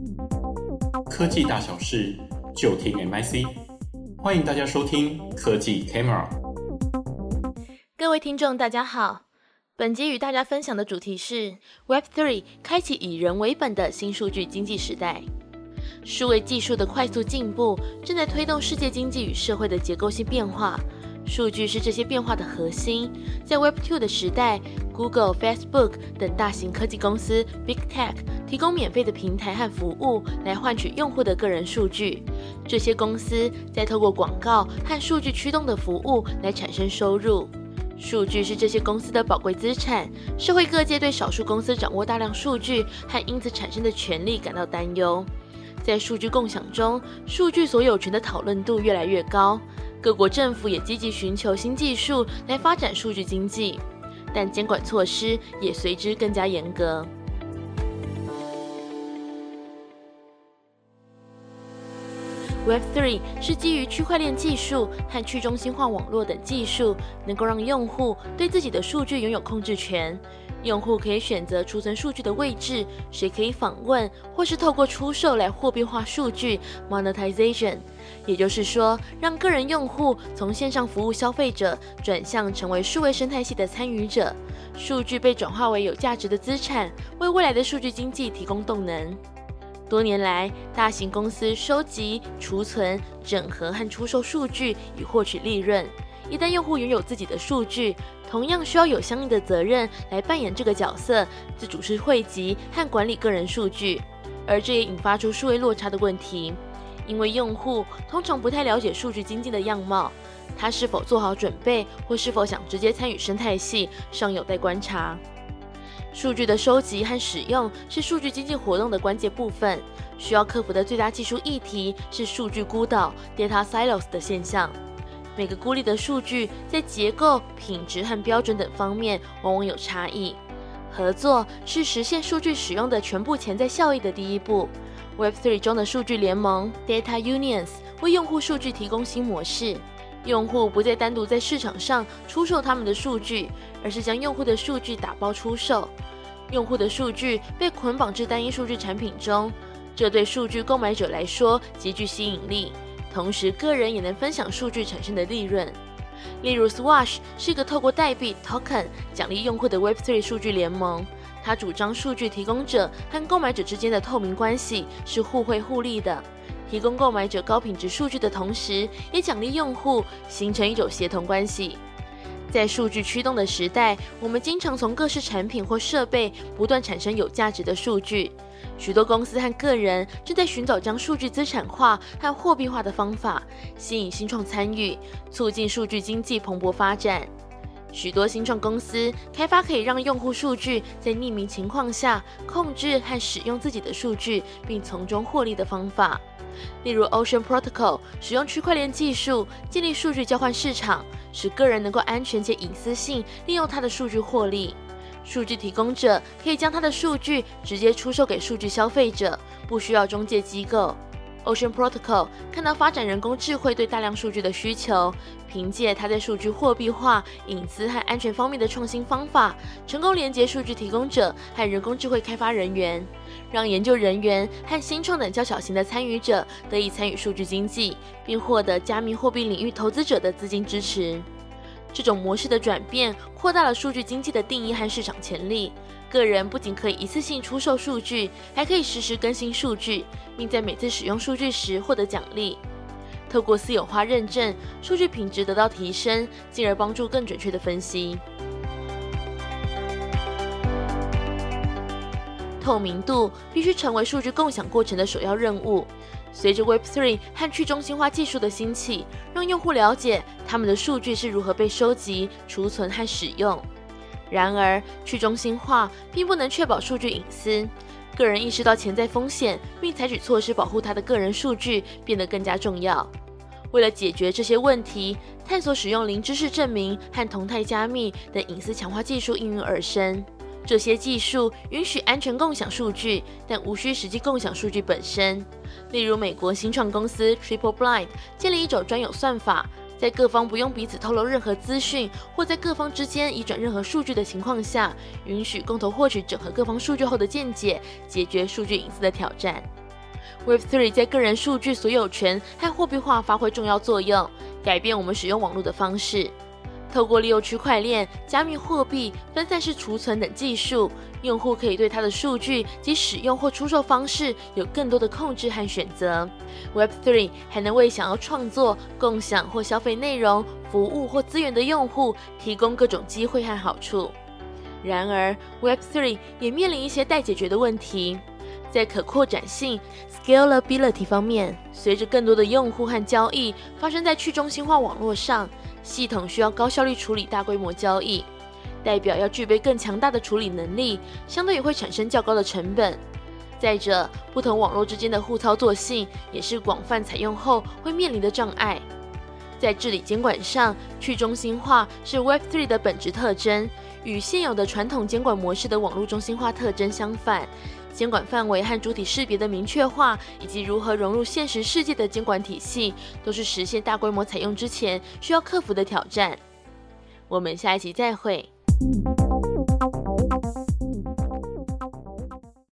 科技大小事，就听 MIC。欢迎大家收听科技 Camera。 各位听众大家好，本集与大家分享的主题是 Web3 开启以人为本的新数据经济时代。数位技术的快速进步正在推动世界经济与社会的结构性变化，数据是这些变化的核心。在 Web2 的时代， Google、Facebook 等大型科技公司 Big Tech 提供免费的平台和服务来换取用户的个人数据，这些公司再透过广告和数据驱动的服务来产生收入。数据是这些公司的宝贵资产，社会各界对少数公司掌握大量数据和因此产生的权利感到担忧。在数据共享中，数据所有权的讨论度越来越高，各国政府也积极寻求新技术来发展数据经济，但监管措施也随之更加严格。Web3 是基于区块链技术和去中心化网络等技术，能够让用户对自己的数据拥有控制权。用户可以选择储存数据的位置，谁可以访问，或是透过出售来货币化数据 monetization， 也就是说，让个人用户从线上服务消费者转向成为数位生态系的参与者。数据被转化为有价值的资产，为未来的数据经济提供动能。多年来，大型公司收集、储存、整合和出售数据以获取利润。一旦用户拥有自己的数据，同样需要有相应的责任来扮演这个角色，自主是汇集和管理个人数据。而这也引发出数位落差的问题，因为用户通常不太了解数据经济的样貌，他是否做好准备，或是否想直接参与生态系，尚有待观察。数据的收集和使用是数据经济活动的关键部分，需要克服的最大技术议题是数据孤岛 （data silos） 的现象。每个孤立的数据在结构、品质和标准等方面往往有差异。合作是实现数据使用的全部潜在效益的第一步。Web3 中的数据联盟 （Data Unions） 为用户数据提供新模式。用户不再单独在市场上出售他们的数据，而是将用户的数据打包出售。用户的数据被捆绑至单一数据产品中，这对数据购买者来说极具吸引力，同时个人也能分享数据产生的利润。例如 Swash 是一个透过代币 token 奖励用户的 Web3 数据联盟，它主张数据提供者和购买者之间的透明关系是互惠互利的，提供购买者高品质数据的同时，也奖励用户，形成一种协同关系。在数据驱动的时代，我们经常从各式产品或设备不断产生有价值的数据。许多公司和个人正在寻找将数据资产化和货币化的方法，吸引新创参与，促进数据经济蓬勃发展。许多新创公司开发可以让用户数据在匿名情况下控制和使用自己的数据，并从中获利的方法。例如 Ocean Protocol 使用区块链技术建立数据交换市场，使个人能够安全且隐私性利用他的数据获利。数据提供者可以将他的数据直接出售给数据消费者，不需要中介机构。Ocean Protocol 看到发展人工智慧对大量数据的需求，凭借它在数据货币化、隐私和安全方面的创新方法，成功连接数据提供者和人工智慧开发人员，让研究人员和新创等较小型的参与者得以参与数据经济，并获得加密货币领域投资者的资金支持。这种模式的转变扩大了数据经济的定义和市场潜力。个人不仅可以一次性出售数据，还可以实时更新数据，并在每次使用数据时获得奖励。透过私有化认证，数据品质得到提升，进而帮助更准确的分析。透明度必须成为数据共享过程的首要任务。随着 Web3 和去中心化技术的兴起，让用户了解他们的数据是如何被收集、储存和使用。然而，去中心化并不能确保数据隐私。个人意识到潜在风险，并采取措施保护他的个人数据，变得更加重要。为了解决这些问题，探索使用零知识证明和同态加密等隐私强化技术应运而生。这些技术允许安全共享数据，但无需实际共享数据本身。例如，美国新创公司 TripleByte 建立一种专有算法，在各方不用彼此透露任何资讯，或在各方之间移转任何数据的情况下，允许共同获取整合各方数据后的见解，解决数据隐私的挑战。 Web3 在个人数据所有权和货币化发挥重要作用，改变我们使用网络的方式。透过利用区块链、加密货币、分散式储存等技术，用户可以对他的数据及使用或出售方式有更多的控制和选择。Web3 还能为想要创作、共享或消费内容、服务或资源的用户提供各种机会和好处。然而 ，Web3 也面临一些待解决的问题。在可扩展性 （scalability） 方面，随着更多的用户和交易发生在去中心化网络上，系统需要高效率处理大规模交易，代表要具备更强大的处理能力，相对也会产生较高的成本。再者，不同网络之间的互操作性也是广泛采用后会面临的障碍。在治理监管上，去中心化是 Web3 的本质特征，与现有的传统监管模式的网络中心化特征相反。监管范围和主体识别的明确化，以及如何融入现实世界的监管体系，都是实现大规模采用之前需要克服的挑战。我们下一集再会。